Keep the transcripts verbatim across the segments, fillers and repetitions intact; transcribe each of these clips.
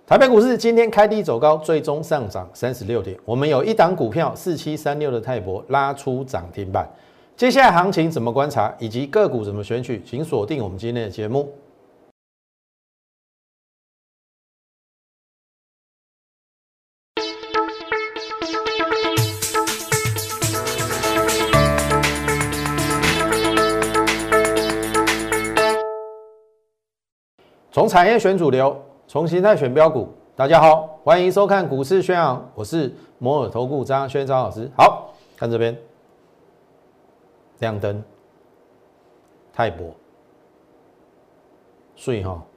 台北股市今天开低走高，最终上涨三十六点。我们有一档股票四七三六的泰博拉出涨停板。接下来行情怎么观察，以及个股怎么选取，请锁定我们今天的节目。从产业选主流，从形态选标股。大家好，欢迎收看股市宣扬，我是摩尔投顾张轩张老师。好，看这边亮灯，泰博，所以哈，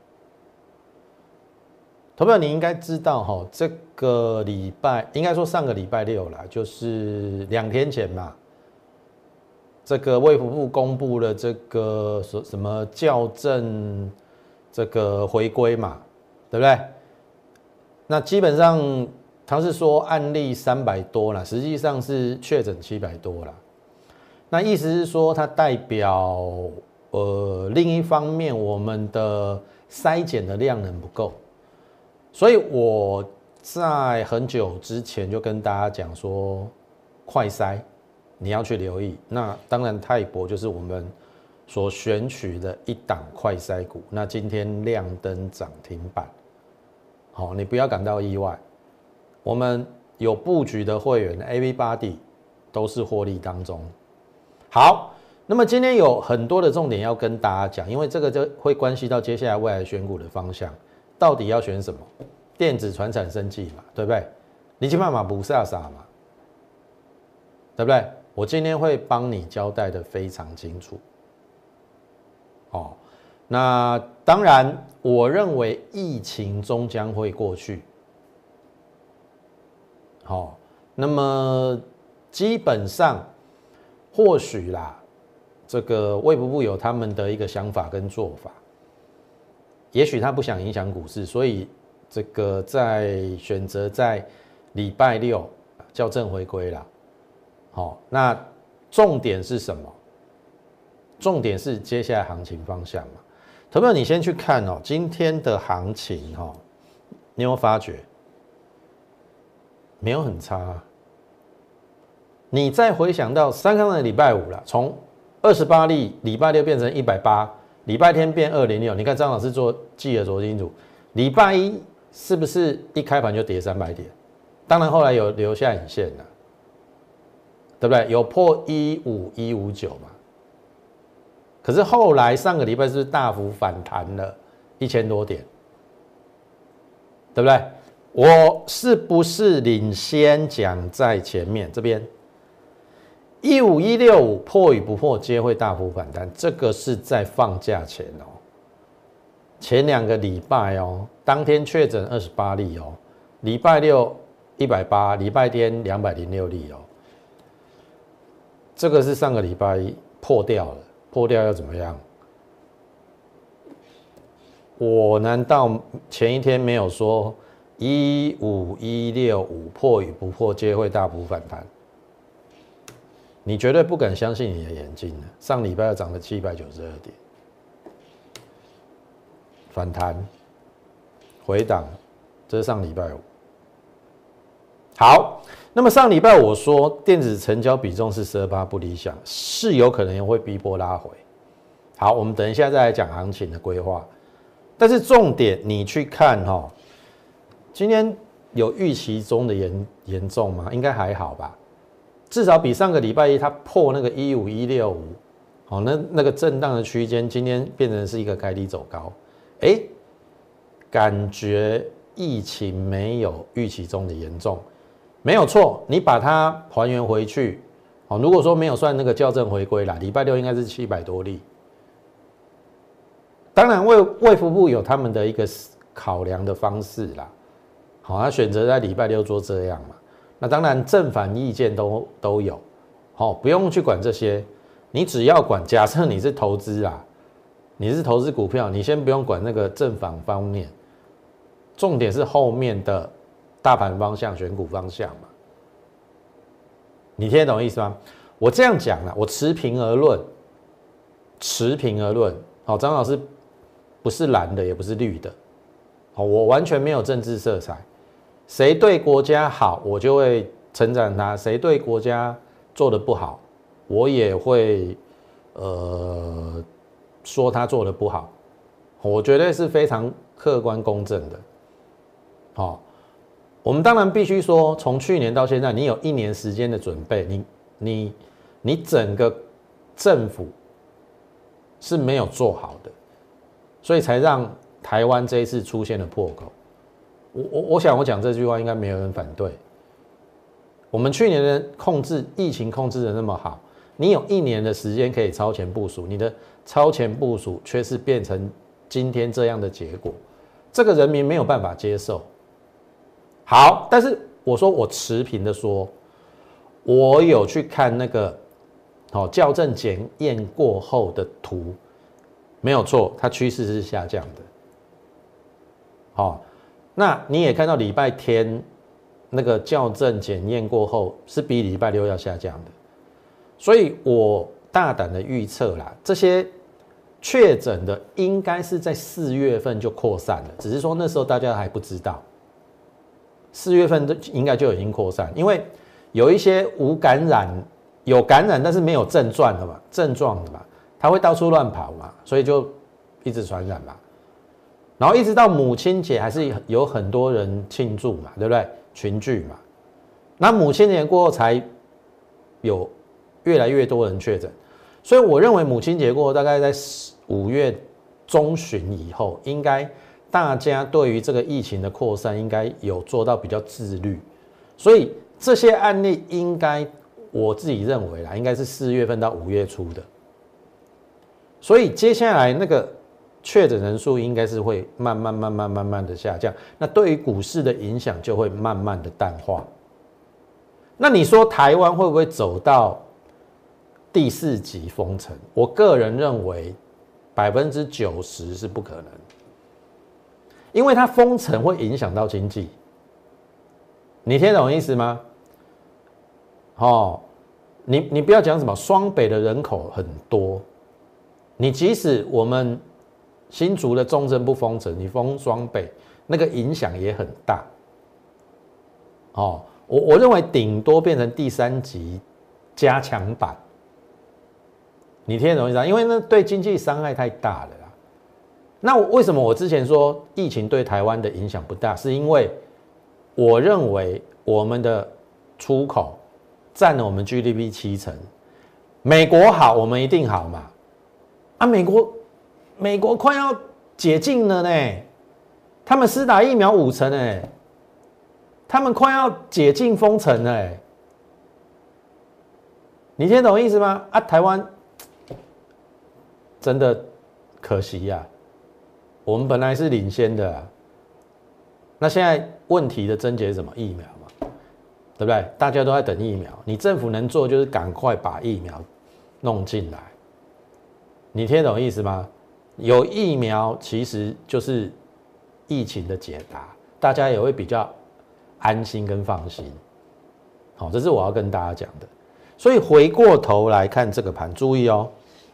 投票你应该知道哈，这个礼拜应该说上个礼拜六啦，就是两天前嘛，这个卫福部公布了这个什么校正。这个回归嘛，对不对？那基本上他是说案例三百多啦，实际上是确诊七百多啦。那意思是说，它代表呃另一方面我们的筛检的量能不够，所以我在很久之前就跟大家讲说，快筛你要去留意。那当然泰博就是我们所选取的一档快筛股，那今天亮灯涨停板，好，你不要感到意外，我们有布局的会员 A V Body 都是获利当中。好，那么今天有很多的重点要跟大家讲，因为这个就会关系到接下来未来选股的方向，到底要选什么？电子、传产、生技嘛，对不对？你起码嘛不傻傻嘛，对不对？我今天会帮你交代的非常清楚。哦，那当然，我认为疫情终将会过去。好、哦，那么基本上或许啦，这个卫福部有他们的一个想法跟做法，也许他不想影响股市，所以这个在选择在礼拜六校正回归啦。好、哦，那重点是什么？重点是接下来行情方向嘛，投票你先去看哦，今天的行情哦，你有没有发觉没有很差、啊？你再回想到三康的礼拜五啦，从二十八例礼拜六变成一百八，礼拜天变二零六，你看张老师做记得多清楚，礼拜一是不是一开盘就跌三百点？当然后来有留下影线了，对不对？有破一五一五九嘛？可是后来上个礼拜是不是大幅反弹了一千多点，对不对？我是不是领先讲在前面这边一五一六五破与不破皆会大幅反弹，这个是在放假前哦，前两个礼拜哦，当天确诊二十八例哦，礼拜六一百八，礼拜天两百零六例哦，这个是上个礼拜一破掉了。破掉要怎么样？我难道前一天没有说一五一六五破与不破皆会大幅反弹？你绝对不敢相信你的眼睛了。上礼拜要涨了七百九十二点，反弹回档，这是上礼拜五。好，那么上礼拜我说电子成交比重是 百分之十二 不理想，是有可能会逼迫拉回。好，我们等一下再来讲行情的规划。但是重点你去看哈、哦，今天有预期中的严严重吗？应该还好吧，至少比上个礼拜一它破那个一五一六五，好，那那个震荡的区间，今天变成是一个开低走高，哎，感觉疫情没有预期中的严重。没有错，你把它还原回去，哦，如果说没有算那个校正回归啦，礼拜六应该是七百多例。当然卫卫福部有他们的一个考量的方式啦，好，他选择在礼拜六做这样嘛。那当然正反意见都都有，好，不用去管这些，你只要管，假设你是投资啦，你是投资股票，你先不用管那个正反方面，重点是后面的大盘方向、选股方向嘛，你听得懂意思吗？我这样讲啦，我持平而论，持平而论。好，张老师不是蓝的，也不是绿的， 好，我完全没有政治色彩，谁对国家好，我就会称赞他；谁对国家做得不好，我也会呃说他做得不好。我绝对是非常客观公正的。好，我们当然必须说，从去年到现在，你有一年时间的准备，你你你整个政府是没有做好的，所以才让台湾这一次出现了破口。我我我想我讲这句话应该没有人反对。我们去年的控制疫情控制的那么好，你有一年的时间可以超前部署，你的超前部署却是变成今天这样的结果，这个人民没有办法接受。好，但是我说我持平的说，我有去看那个好校正检验过后的图，没有错，它趋势是下降的。好，那你也看到礼拜天那个校正检验过后是比礼拜六要下降的，所以我大胆的预测啦，这些确诊的应该是在四月份就扩散了，只是说那时候大家还不知道。四月份应该就已经扩散，因为有一些无感染、有感染但是没有症状的嘛，症状的嘛，他会到处乱跑嘛，所以就一直传染嘛。然后一直到母亲节还是有很多人庆祝嘛，对不对？群聚嘛。那母亲节过后才有越来越多人确诊，所以我认为母亲节过后大概在五月中旬以后，应该大家对于这个疫情的扩散应该有做到比较自律，所以这些案例应该我自己认为啦，应该是四月份到五月初的，所以接下来那个确诊人数应该是会慢慢慢慢慢慢的下降，那对于股市的影响就会慢慢的淡化。那你说台湾会不会走到第四级封城？我个人认为百分之九十是不可能。因为它封城会影响到经济，你听懂意思吗？哦，你你不要讲什么双北的人口很多，你即使我们新竹的重症不封城，你封双北，那个影响也很大。哦，我我认为顶多变成第三级加强版，你听懂意思吗？因为那对经济伤害太大了。那为什么我之前说疫情对台湾的影响不大？是因为我认为我们的出口占了我们 G D P 七成，美国好，我们一定好嘛？啊，美国美国快要解禁了呢，他们施打疫苗五成哎，他们快要解禁封城哎，你听懂意思吗？啊，台湾真的可惜呀、啊。我们本来是领先的、啊，那现在问题的症结是什么？疫苗嘛，对不对？大家都在等疫苗，你政府能做就是赶快把疫苗弄进来。你听懂意思吗？有疫苗其实就是疫情的解答，大家也会比较安心跟放心。好，这是我要跟大家讲的。所以回过头来看这个盘，注意哦。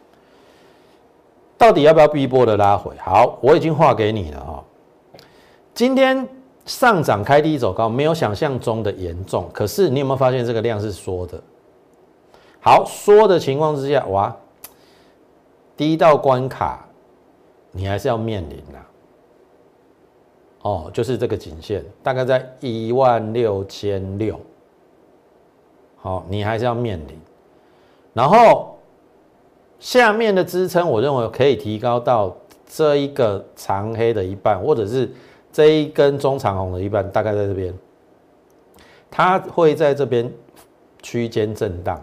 到底要不要逼波的拉回？好，我已经画给你了哈、哦。今天上涨开低走高，没有想象中的严重。可是你有没有发现这个量是缩的？好，缩的情况之下，哇，第一道关卡你还是要面临啦。哦，就是这个颈线，大概在一万六千六。好，你还是要面临。然后。下面的支撑，我认为可以提高到这一个长黑的一半，或者是这一根中长红的一半，大概在这边，它会在这边区间震荡。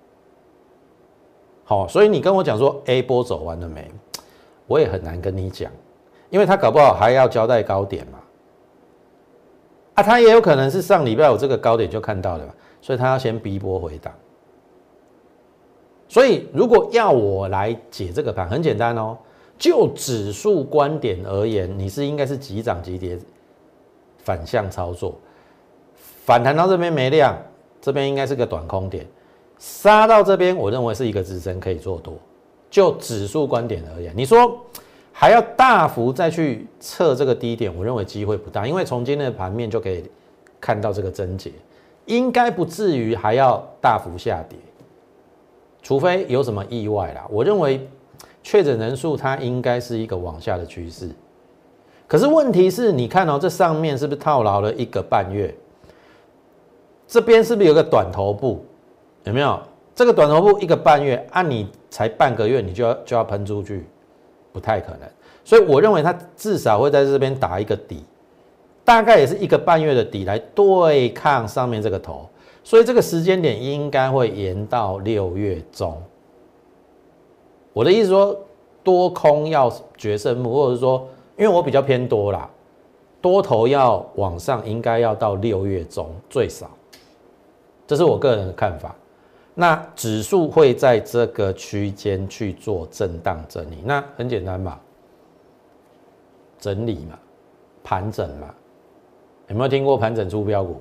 好，所以你跟我讲说 A 波走完了没？我也很难跟你讲，因为他搞不好还要交代高点嘛。啊，他也有可能是上礼拜我这个高点就看到了嘛，所以他要先逼波回档。所以，如果要我来解这个盘，很简单哦。就指数观点而言，你是应该是急涨急跌反向操作，反弹到这边没量，这边应该是个短空点，杀到这边，我认为是一个支撑可以做多。就指数观点而言，你说还要大幅再去测这个低点，我认为机会不大，因为从今天的盘面就可以看到这个症结，应该不至于还要大幅下跌，除非有什么意外啦。我认为确诊人数它应该是一个往下的趋势，可是问题是你看哦，这上面是不是套牢了一个半月？这边是不是有个短头部？有没有？这个短头部一个半月，按、啊、你才半个月，你就要就要喷出去？不太可能，所以我认为它至少会在这边打一个底，大概也是一个半月的底来对抗上面这个头，所以这个时间点应该会延到六月中。我的意思说，多空要决胜负，或者说，因为我比较偏多啦，多头要往上应该要到六月中最少，这是我个人的看法。那指数会在这个区间去做震荡整理，那很简单嘛，整理嘛，盘整嘛，有没有听过盘整出标股？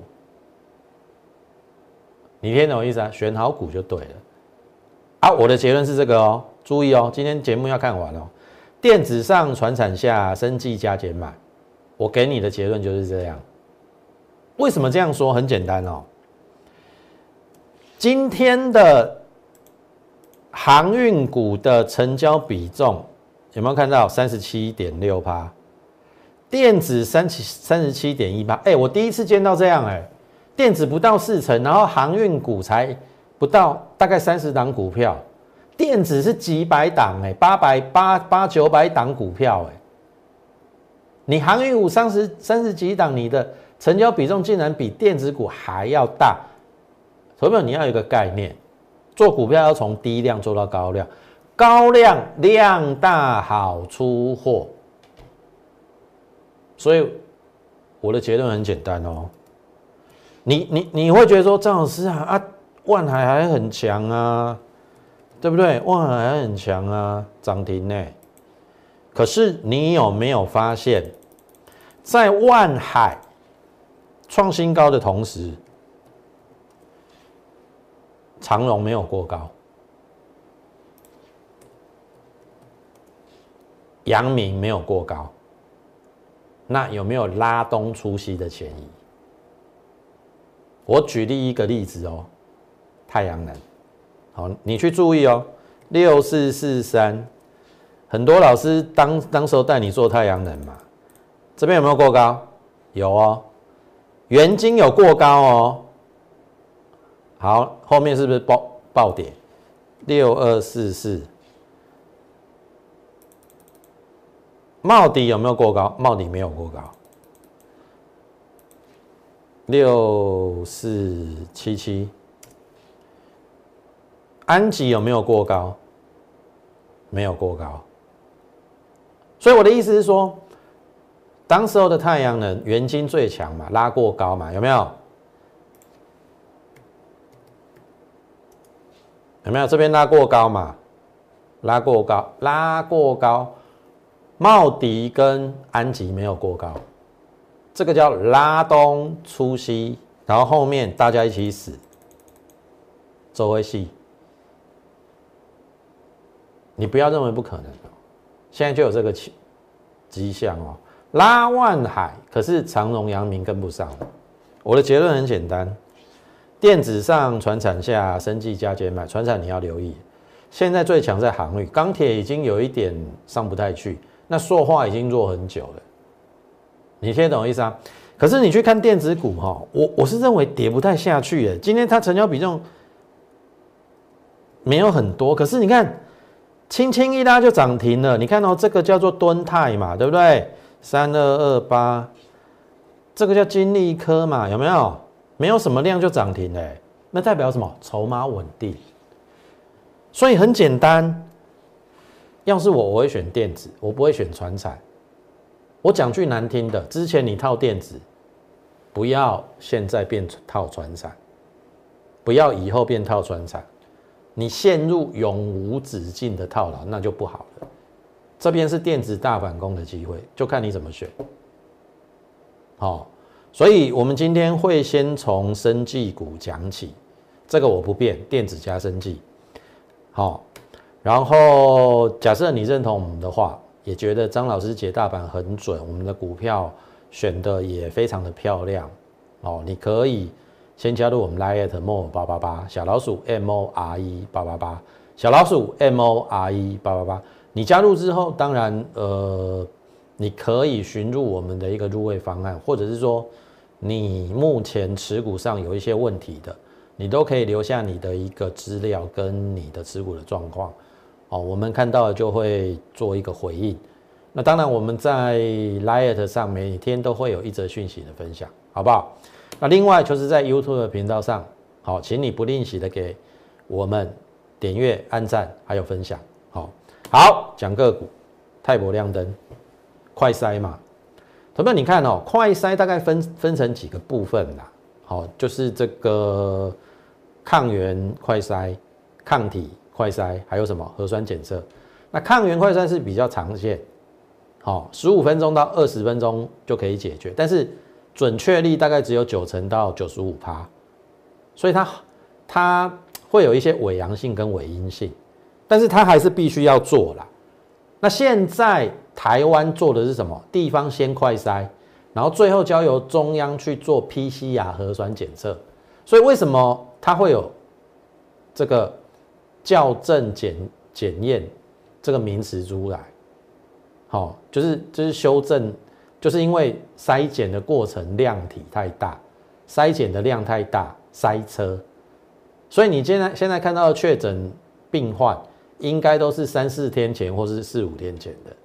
你听懂我意思啊？选好股就对了啊！我的结论是这个哦，注意哦，今天节目要看完哦。电子上、传产下、生技加减买，我给你的结论就是这样。为什么这样说？很简单哦。今天的航运股的成交比重有没有看到 三十七点六趴？ 电子三十七点一趴。哎，我第一次见到这样哎、欸，电子不到四成，然后航运股才不到大概三十档股票，电子是几百档哎、欸，八百八八九百档股票哎、欸，你航运股三十三十几档，你的成交比重竟然比电子股还要大。投票你要有一个概念，做股票要从低量做到高量，高量量大好出货。所以我的结论很简单哦，你你你会觉得说张老师啊啊，万海还很强啊，对不对？万海还很强啊，涨停呢。可是你有没有发现，在万海创新高的同时，长荣没有过高，阳明没有过高，那有没有拉东出西的嫌疑？我举例一个例子哦，太阳能，好，你去注意哦，六四四三，很多老师当当时候带你做太阳能嘛，这边有没有过高？有哦，元晶有过高哦。好，后面是不是爆爆跌？六二四四，茂迪有没有过高？茂迪没有过高。六四七七，安吉有没有过高？没有过高。所以我的意思是说，当时候的太阳能元晶最强嘛，拉过高嘛，有没有？有没有这边拉过高嘛？拉过高，拉过高，茂迪跟安吉没有过高，这个叫拉东出西，然后后面大家一起死，周会系，你不要认为不可能哦，现在就有这个迹象哦。拉万海，可是长荣、阳明跟不上。我的结论很简单。电子上、传产下、生技加减买，传产你要留意。现在最强在航运，钢铁已经有一点上不太去，那塑化已经弱很久了。你听得懂我意思啊？可是你去看电子股哈，我我是认为跌不太下去耶。今天它成交比重没有很多，可是你看，轻轻一拉就涨停了。你看哦，这个叫做敦泰嘛，对不对？三二二八，这个叫金利科嘛，有没有？没有什么量就涨停嘞，那代表什么？筹码稳定。所以很简单，要是我，我会选电子，我不会选传产。我讲句难听的，之前你套电子，不要现在变套传产，不要以后变套传产，你陷入永无止境的套牢，那就不好了。这边是电子大反攻的机会，就看你怎么选。好、哦。所以，我们今天会先从生技股讲起，这个我不变，电子加生技。好，然后假设你认同我们的话， 也觉得张老师解大盘很准，我们的股票选的也非常的漂亮哦，你可以先加入我们 Line at more 八八八小老鼠 M O R E 八八八小老鼠 M O R E 八八八，你加入之后，当然呃，你可以询入我们的一个入会方案，或者是说你目前持股上有一些问题的，你都可以留下你的一个资料跟你的持股的状况，哦，我们看到了就会做一个回应。那当然我们在 Line 上每天都会有一则讯息的分享，好不好？那另外就是在 YouTube 的频道上，好，请你不吝惜的给我们点阅、按赞还有分享，好，好，讲个股，泰博亮灯，快筛嘛，同学们你看哦，快筛大概分分成几个部分啦，好，就是这个抗原快筛、抗体快筛，还有什么核酸检测。那抗原快筛是比较常见，好，十五分钟到二十分钟就可以解决，但是准确率大概只有九成到九十五趴，所以它它会有一些伪阳性跟伪阴性，但是它还是必须要做啦。那现在台湾做的是什么？地方先快筛，然后最后交由中央去做 P C R 核酸检测。所以为什么它会有这个校正检检验这个名词出来？好，就是就是修正。就是因为筛检的过程量体太大，筛检的量太大，塞车，所以你现在现在看到的确诊病患，应该都是三四天前或是四五天前的。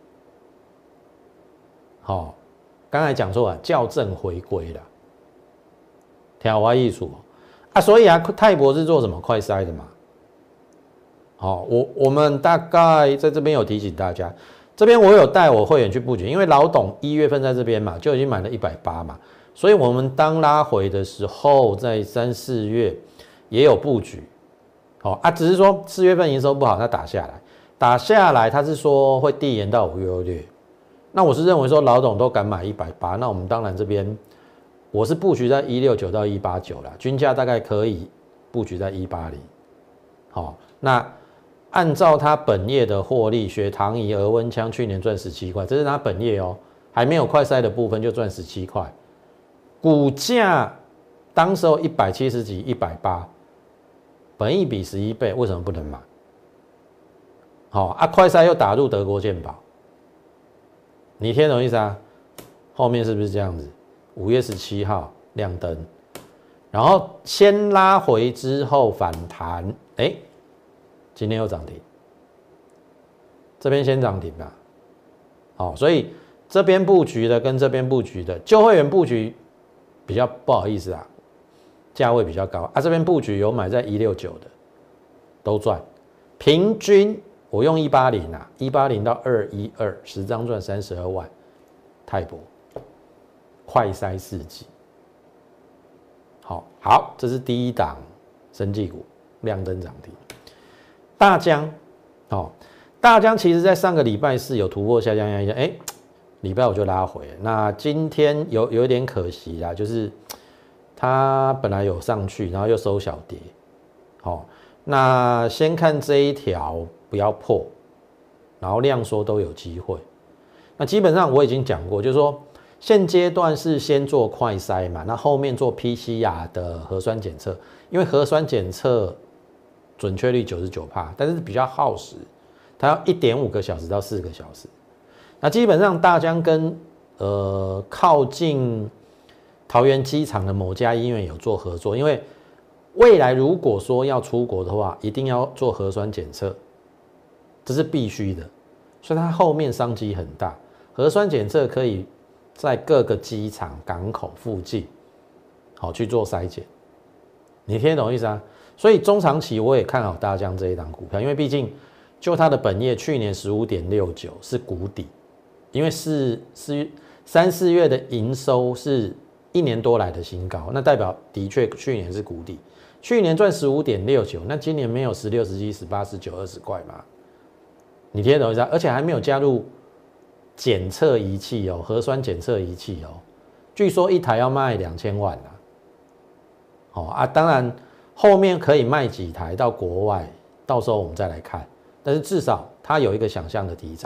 好、哦，刚才讲说啊，校正回归了，调花艺术啊，所以啊，泰博是做什么快筛的嘛？好、哦，我我们大概在这边有提醒大家。这边我有带我会员去布局，因为老董一月份在这边嘛，就已经买了一百八嘛，所以我们当拉回的时候，在三四月也有布局，好、哦、啊，只是说四月份营收不好，它打下来，打下来，他是说会递延到五月六，那我是认为说老董都敢买一百八，那我们当然这边我是布局在一六九到一八九啦，均价大概可以布局在一八零，好，那。按照它本业的获利，学唐仪、额温枪去年赚十七块，这是它本业哦，还没有快筛的部分就赚十七块，股价当时候一百七十几、一百八，本益比十一倍，为什么不能买？好、哦、啊，快筛又打入德国健保，你听懂意思啊？后面是不是这样子？五月十七号亮灯，然后先拉回之后反弹，哎。今天又涨停，这边先涨停吧，好，所以这边布局的跟这边布局的，旧会员布局比较不好意思啊，价位比较高啊，这边布局有买在一六九的，都赚，平均我用一八零啊，一八零到二一二，十张赚三十二万，泰博，快筛四季，好好，这是第一档生技股亮灯涨停。大江，哦，大江其实在上个礼拜四有突破下降压力，哎，礼拜五就拉回。那今天有有一点可惜啦，就是它本来有上去，然后又收小跌，好、哦，那先看这一条不要破，然后量缩都有机会。那基本上我已经讲过，就是说现阶段是先做快筛嘛，那后面做 P C R 的核酸检测，因为核酸检测。准确率 百分之九十九， 但是比较耗时，它要 一点五个小时到四个小时。那基本上大江跟呃靠近桃园机场的某家医院有做合作，因为未来如果说要出国的话，一定要做核酸检测，这是必须的，所以它后面商机很大。核酸检测可以在各个机场、港口附近，好去做筛检，你听得懂意思啊？所以中长期我也看好大江这一档股票，因为毕竟就它的本业去年 十五点六九 是谷底，因为四四三四月的营收是一年多来的新高，那代表的确去年是谷底。去年赚 十五点六九， 那今年没有十六、十七、十八、十九、二十块嘛？你听得懂意思啊？而且还没有加入检测仪器哦，核酸检测仪器哦，据说一台要卖两千万啊。哦啊，当然。后面可以卖几台到国外，到时候我们再来看。但是至少它有一个想象的题材。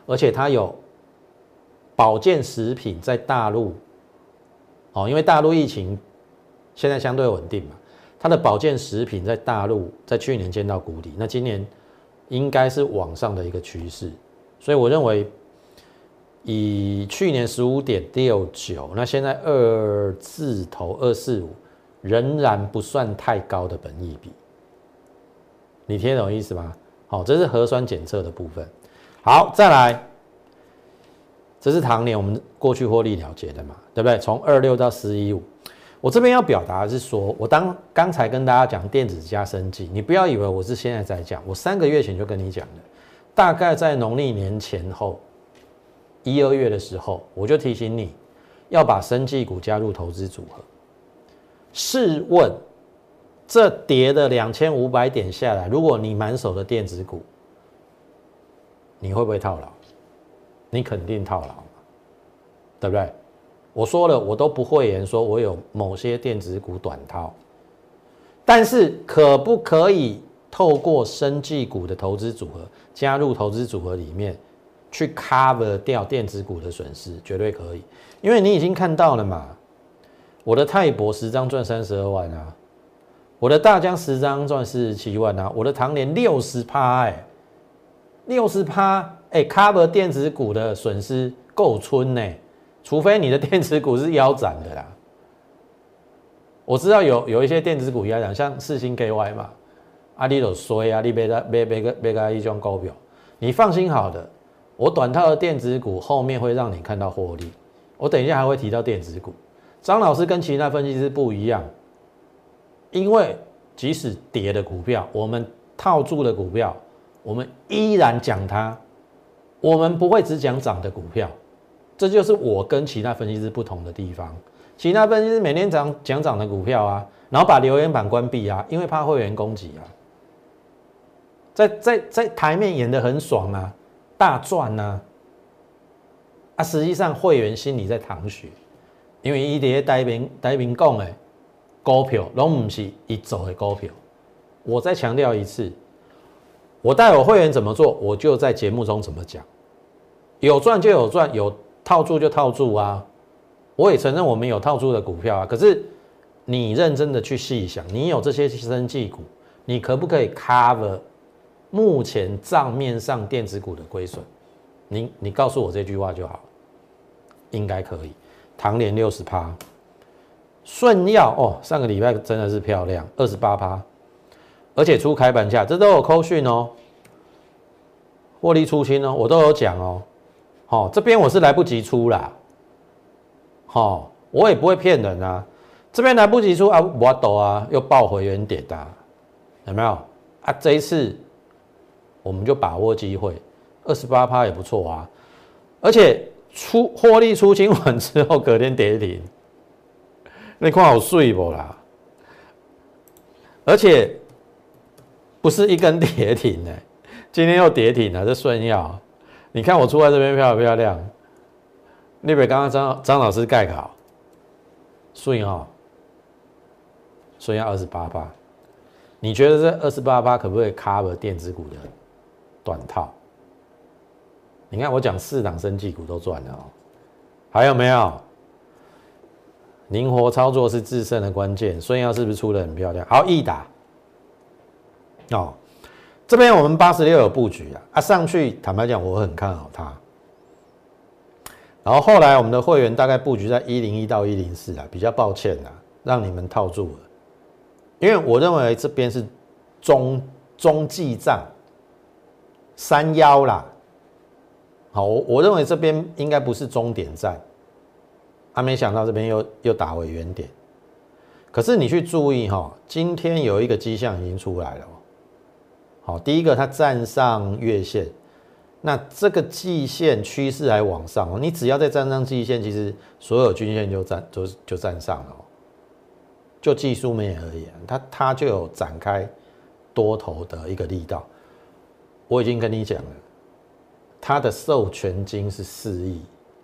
而且它有保健食品在大陆，哦，因为大陆疫情现在相对稳定嘛，它的保健食品在大陆在去年见到谷底，那今年应该是往上的一个趋势，所以我认为以去年十五点六九，那现在二字头二四五，仍然不算太高的本益比，你听懂意思吗？好，这是核酸检测的部分。好，再来，这是唐年我们过去获利了结的嘛，对不对？从二六到十一五，我这边要表达的是说，我当刚才跟大家讲电子加生技，你不要以为我是现在在讲，我三个月前就跟你讲了，大概在农历年前后一二月的时候，我就提醒你要把生技股加入投资组合。试问，这跌的两千五百点下来，如果你满手的电子股，你会不会套牢？你肯定套牢嘛，对不对？我说了，我都不讳言说我有某些电子股短套，但是可不可以透过生技股的投资组合加入投资组合里面去 cover 掉电子股的损失？绝对可以，因为你已经看到了嘛，我的泰博十张赚三十二万啊，我的大江十张赚四十七万啊，我的唐联六十趴哎，六十趴哎 ，cover 电子股的损失够春呢、欸，除非你的电子股是腰斩的啦。我知道有有一些电子股腰斩，像世芯 K Y 嘛，啊你就衰啊，你买买买买个买个一种股票，你放心好的，我短套的电子股后面会让你看到获利。我等一下还会提到电子股，张老师跟其他分析师不一样，因为即使跌的股票，我们套住的股票，我们依然讲它，我们不会只讲涨的股票，这就是我跟其他分析师不同的地方。其他分析师每天讲讲涨的股票啊，然后把留言板关闭啊，因为怕会员攻击啊，在在在台面演得很爽啊，大赚啊，啊，实际上会员心里在淌血，因为伊在台面台面讲的股票，拢不是一走的股票。我再强调一次，我带我会员怎么做，我就在节目中怎么讲，有赚就有赚，有套住就套住啊。我也承认我们有套住的股票啊，可是你认真的去细想，你有这些生技股，你可不可以 cover 目前账面上电子股的亏损？你你告诉我这句话就好，应该可以。唐联六十趴，顺药哦，上个礼拜真的是漂亮，二十八趴，而且出开盘价，这都有扣讯哦，获利出清哦，我都有讲哦。好、哦，这边我是来不及出啦。好、哦，我也不会骗人啊。这边来不及出啊，我抖啊，又爆回原点的、啊，有没有啊？这一次我们就把握机会，二十八趴也不错啊。而且出获利出清完之后，隔天跌停，你看好水不啦？而且不是一根跌停呢、欸，今天又跌停了，这顺药。你看我出在这边漂不漂亮？你别刚刚张张老师盖好，顺哈，顺要二十八趴，你觉得这二十八趴可不可以 cover 电子股的短套？你看我讲四档生技股都赚了哦，还有没有？灵活操作是制胜的关键，顺药是不是出得很漂亮？好，易达哦，这边我们八十六有布局啊，啊上去坦白讲我很看好它。然后后来我们的会员大概布局在一零一到一零四啊，比较抱歉啦，让你们套住了，因为我认为这边是中中继站三幺啦，好，我我认为这边应该不是终点站，啊，没想到这边又又打回原点，可是你去注意哈、哦，今天有一个迹象已经出来了、哦，好，第一个它站上月线。那这个季线趋势还往上哦，你只要再站上季线，其实所有均线就站就就站上了、哦，就技术面而言，它它就有展开多头的一个力道。我已经跟你讲了，它的授权金是四亿，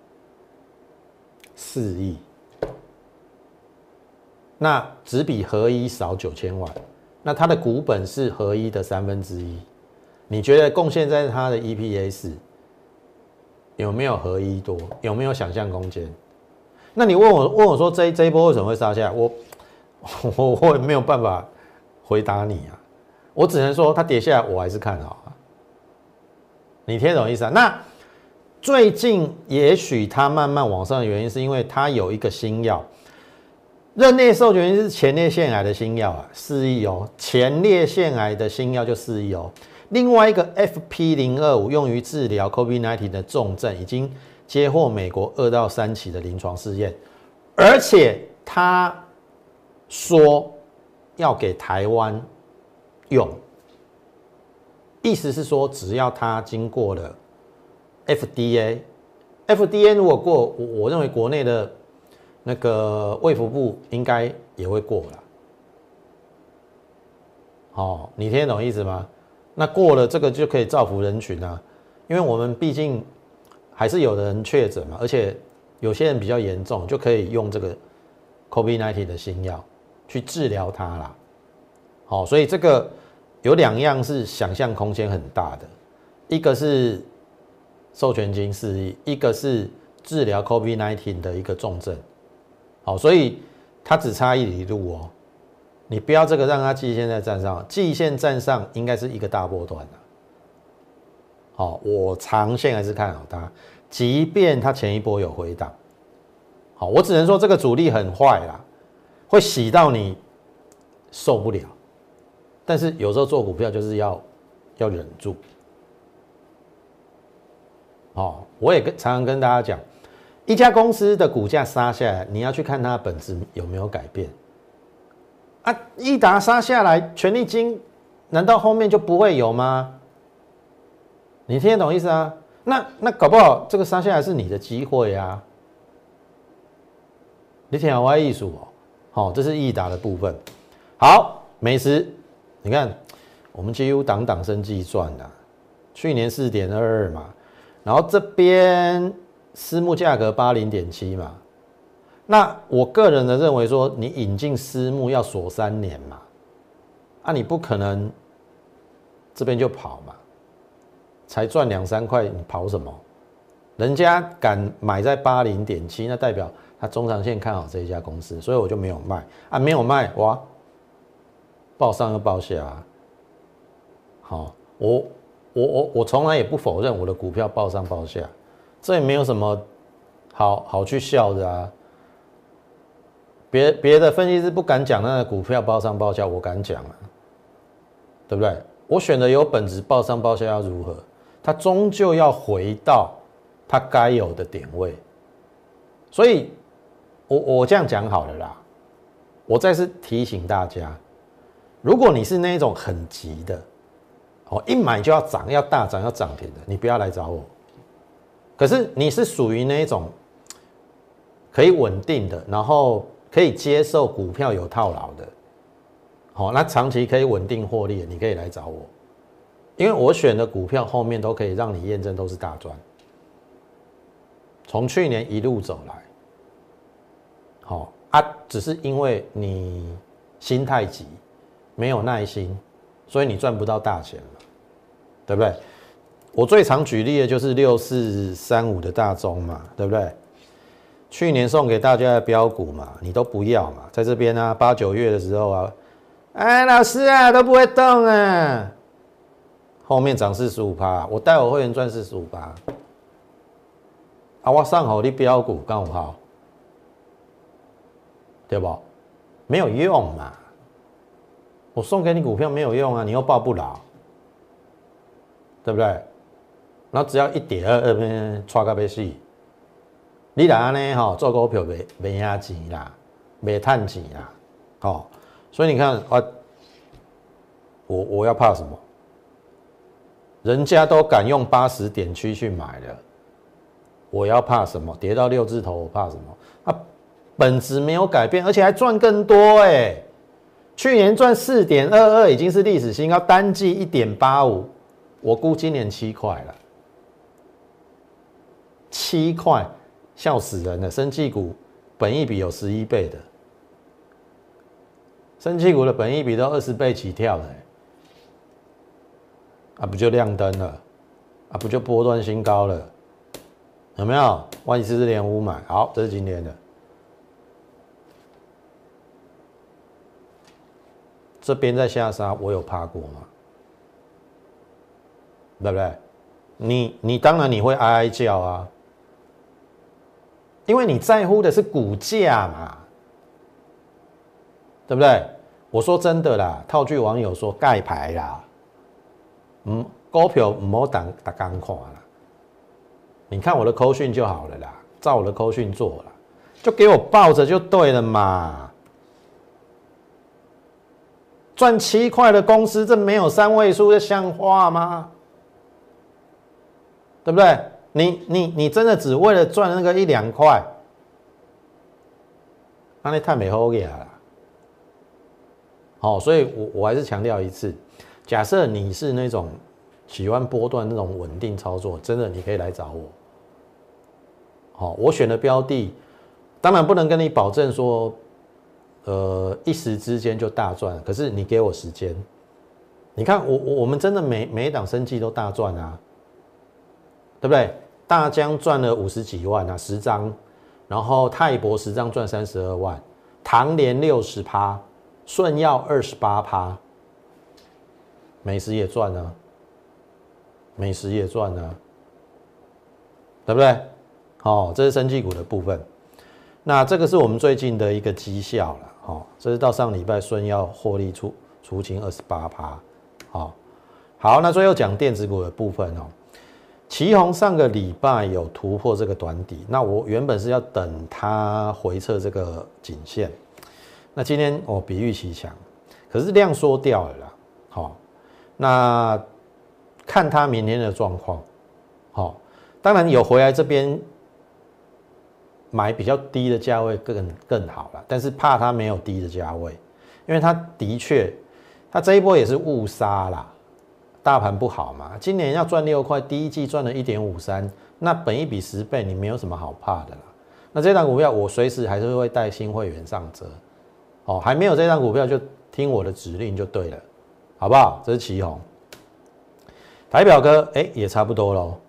四亿，那只比合一少九千万，那它的股本是合一的三分之一。你觉得贡献在它的 E P S 有没有合一多？有没有想象空间？那你问我问我说这这一波为什么会杀下来？我我我也没有办法回答你啊，我只能说它跌下来我还是看好啊。你听懂意思啊？那最近也许它慢慢往上的原因是因为它有一个新药，任内授权是前列腺癌的新药啊，四亿哦，前列腺癌的新药就四亿哦。另外一个 F P 零二五用于治疗 COVID 十九 的重症，已经接获美国二到三期的临床试验，而且他说要给台湾用，意思是说只要他经过了 F D A，F D A 如果过，我我认为国内的那个卫福部应该也会过了。哦，你听得懂意思吗？那过了这个就可以造福人群啊，因为我们毕竟还是有人确诊嘛，而且有些人比较严重，就可以用这个 COVID 十九 的新药去治疗它啦。好，所以这个有两样是想象空间很大的，一个是授权金四亿，一个是治疗 COVID 十九 的一个重症。好，所以它只差一里路哦。你不要这个让它季线在站上，季线站上应该是一个大波段的。好，我长线还是看好它，即便它前一波有回档。好，我只能说这个主力很坏啦，会洗到你受不了。但是有时候做股票就是要要忍住。好，我也跟常常跟大家讲，一家公司的股价杀下来，你要去看它的本质有没有改变。啊，益达杀下来，权利金难道后面就不会有吗？你听得懂意思啊？那那搞不好这个杀下来是你的机会啊！你听好我的意思哦。好，这是益达的部分。好，美食，你看我们几乎档档生计赚的，去年四点二二嘛，然后这边私募价格八零点七嘛。那我个人的认为说，你引进私募要锁三年嘛，啊，你不可能这边就跑嘛，才赚两三块，你跑什么？人家敢买在八零点七，那代表他中长线看好这一家公司，所以我就没有卖啊，没有卖哇，报上又报下、啊，好，我我我我从来也不否认我的股票报上报下，这也没有什么好好去笑的啊。别别的分析师不敢讲那个股票报上报下，我敢讲啊，对不对？我选的有本质，报上报下要如何？它终究要回到它该有的点位。所以我我这样讲好了啦，我再次提醒大家，如果你是那种很急的，哦，一买就要涨，要大涨，要涨停的，你不要来找我。可是你是属于那种可以稳定的，然后可以接受股票有套牢的，好，那长期可以稳定获利的，你可以来找我，因为我选的股票后面都可以让你验证都是大赚，从去年一路走来，好啊，只是因为你心太急，没有耐心，所以你赚不到大钱嘛，对不对？我最常举例的就是六四三五的大宗嘛，对不对？去年送给大家的标股嘛，你都不要嘛，在这边啊，八九月的时候啊，哎，老师啊，都不会动啊，后面涨四十五趴，我带我会员赚四十五趴，啊，我上好你标股刚好，对不？没有用嘛，我送给你股票没有用啊，你又抱不牢，对不对？然后只要一跌，二边抓个要死。你来安尼吼做股票袂袂赢钱啦，袂赚钱啦，哦，所以你看啊，我我要怕什么？人家都敢用八十点区去买了，我要怕什么？跌到六字头，我怕什么？啊，本质没有改变，而且还赚更多哎、欸！去年赚四点二二，已经是历史新高，单季一点八五，我估今年七块了，七块。笑死人了！生技股本益比有十一倍的，生技股的本益比都二十倍起跳的、欸，啊，不就亮灯了？啊，不就波段新高了？ 有没有？万四连五买，好，这是今天的。这边在下杀，我有怕过吗？对不对？你你当然你会哀哀叫啊，因为你在乎的是股价嘛，对不对？我说真的啦，套句网友说盖牌啦，嗯，股票唔好当打刚看啦，你看我的扣讯就好了啦，照我的扣讯做啦，就给我抱着就对了嘛。赚七块的公司，这没有三位数的像话吗？对不对？你你你真的只为了赚那个一两块，那你太没好嘢啦。好、哦，所以我我还是强调一次，假设你是那种喜欢波段那种稳定操作，真的你可以来找我。好、哦，我选的标的，当然不能跟你保证说，呃，一时之间就大赚，可是你给我时间，你看我我们真的每每一档生技都大赚啊。对不对？大江赚了五十几万啊，十张，然后泰博十张赚三十二万，唐联六十趴，顺药二十八趴，美食也赚啊，美食也赚啊，对不对？哦，这是生技股的部分。那这个是我们最近的一个绩效了，哦，这是到上礼拜顺药获利出出清二十八趴，好，好，那最后讲电子股的部分哦。奇鋐上个礼拜有突破这个短底，那我原本是要等它回测这个颈线，那今天我、哦、比预期强，可是量缩掉了啦，好、哦，那看它明天的状况，好、哦，当然有回来这边买比较低的价位更更好了，但是怕它没有低的价位，因为它的确，它这一波也是误杀啦。大盘不好嘛，今年要赚六块，第一季赚了 一点五三， 那本益比十倍，你没有什么好怕的啦。那这档股票我随时还是会带新会员上车，哦，还没有这档股票就听我的指令就对了，好不好？这是奇鋐，台表科哎、欸、也差不多咯。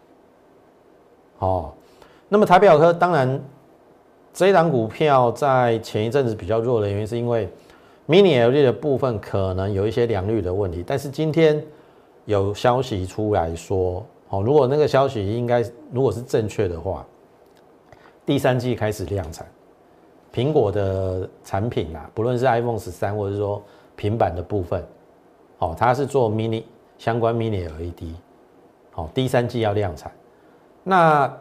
哦，那么台表科当然这一档股票在前一阵子比较弱的原因是因为 Mini L E D 的部分可能有一些良率的问题，但是今天有消息出来说，哦，如果那个消息应该如果是正确的话，第三季开始量产，苹果的产品啊，不论是 iPhone 十三或者是说平板的部分，哦，它是做 mini 相关 Mini L E D， 哦，第三季要量产，那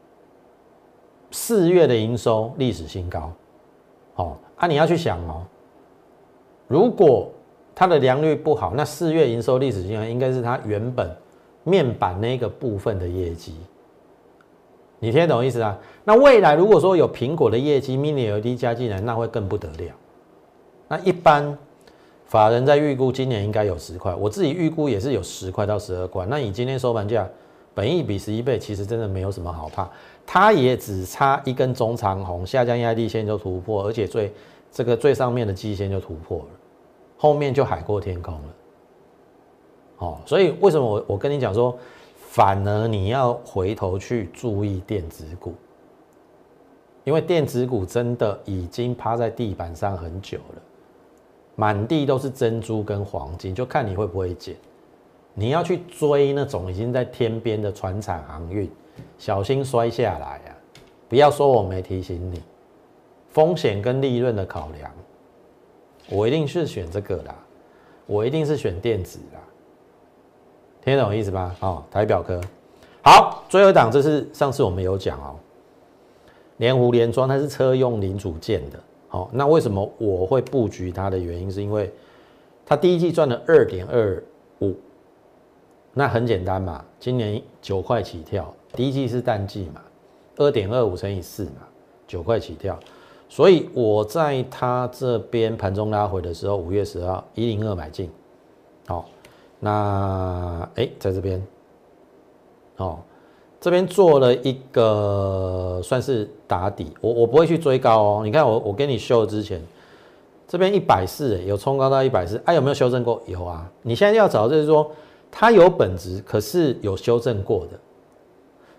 四月的营收历史新高，哦，啊，你要去想哦，如果它的良率不好，那四月营收历史新高应该是它原本面板那个部分的业绩，你听得懂意思啊？那未来如果说有苹果的业绩 Mini L E D 加进来，那会更不得了。那一般法人在预估今年应该有十块，我自己预估也是有十块到十二块。那以今天收盘价，本益比十一倍，其实真的没有什么好怕，它也只差一根中长红，下降压力线就突破，而且最这个最上面的季线就突破了。后面就海阔天空了，哦，所以为什么我我跟你讲说，反而你要回头去注意电子股，因为电子股真的已经趴在地板上很久了，满地都是珍珠跟黄金，就看你会不会捡。你要去追那种已经在天边的传产航运，小心摔下来啊！不要说我没提醒你，风险跟利润的考量。我一定是选这个啦，我一定是选电子啦，听得懂意思吧？哦，台表科，好，最后一档，这是上次我们有讲哦，联湖联庄它是车用零组件的，好、哦，那为什么我会布局它的原因，是因为它第一季赚了 二点二五， 那很简单嘛，今年九块起跳，第一季是淡季嘛， 二点二五乘以四嘛，九块起跳。所以我在它这边盘中拉回的时候，五月十号一零二买进，好、哦，那哎、欸、在这边，哦，这边做了一个算是打底，我我不会去追高哦。你看我我给你秀之前，这边一百四有冲高到一百四，哎有没有修正过？有啊。你现在要找就是说它有本质，可是有修正过的。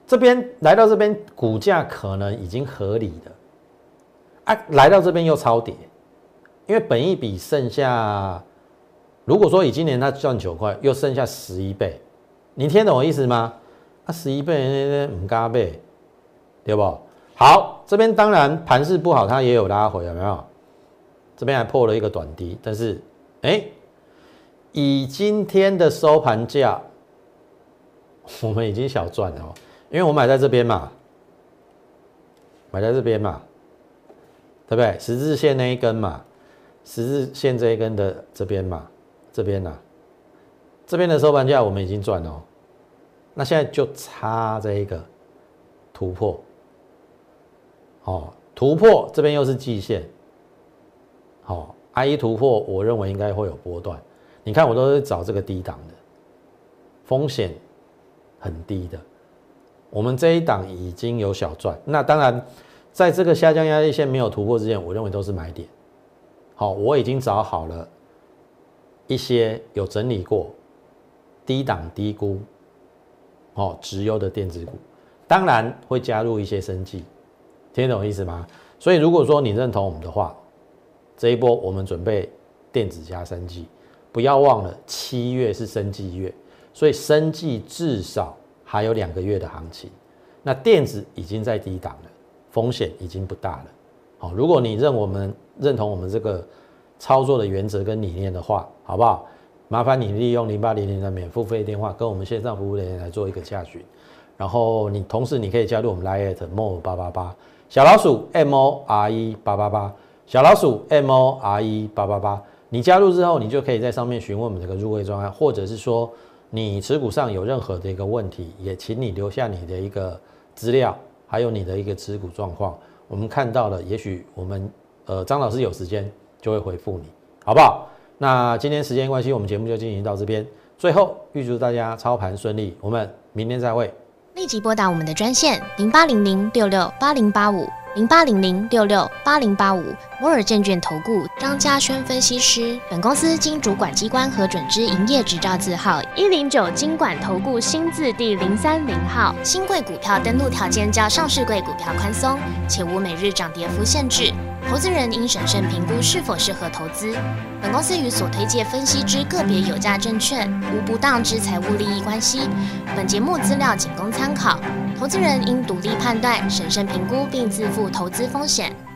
这边来到这边，股价可能已经合理了，啊，来到这边又超跌，因为本益比剩下，如果说以今年它赚九块，又剩下十一倍，你听懂我意思吗？啊，十一倍唔加倍，对不？好，这边当然盘势不好，它也有拉回，有没有？这边还破了一个短低，但是，哎、欸，以今天的收盘价，我们已经小赚了哦。因为我买在这边嘛，买在这边嘛，对不对？十字线那一根嘛，十字线这一根的这边嘛，这边呐、啊，这边的收盘价我们已经赚了、哦，那现在就差这一个突破，哦，突破这边又是季线，哦 ，I 一突破，我认为应该会有波段。你看我都是找这个低档的，风险很低的。我们这一档已经有小赚，那当然，在这个下降压力线没有突破之前，我认为都是买点。好，我已经找好了一些有整理过低档低估，哦，直优的电子股，当然会加入一些生技，听得懂意思吗？所以如果说你认同我们的话，这一波我们准备电子加生技，不要忘了七月是生技月，所以生技至少还有两个月的行情，那电子已经在低档了，风险已经不大了。好，如果你认我们认同我们这个操作的原则跟理念的话，好不好？麻烦你利用零八零零的免付费电话跟我们线上服务人员来做一个洽询，然后你同时你可以加入我们 Line at more 八八八小老鼠 M O R E 八八八小老鼠 M O R E 八八八，你加入之后，你就可以在上面询问我们这个入会专案，或者是说你持股上有任何的一个问题，也请你留下你的一个资料，还有你的一个持股状况，我们看到了，也许我们呃张老师有时间就会回复你，好不好？那今天时间关系，我们节目就进行到这边。最后预祝大家操盘顺利，我们明天再会。 立即拨打我们的专线零八零零六六八零八五零八零零六六八零八五摩尔证券投顾张嘉轩分析师。本公司经主管机关核准之营业执照字号一零九金管投顾新字第零三零号。新贵股票登录条件较上市贵股票宽松，且无每日涨跌幅限制。投资人应审慎评估是否适合投资。本公司与所推介分析之个别有价证券无不当之财务利益关系。本节目资料仅供参考，投资人应独立判断、审慎评估并自负投资风险。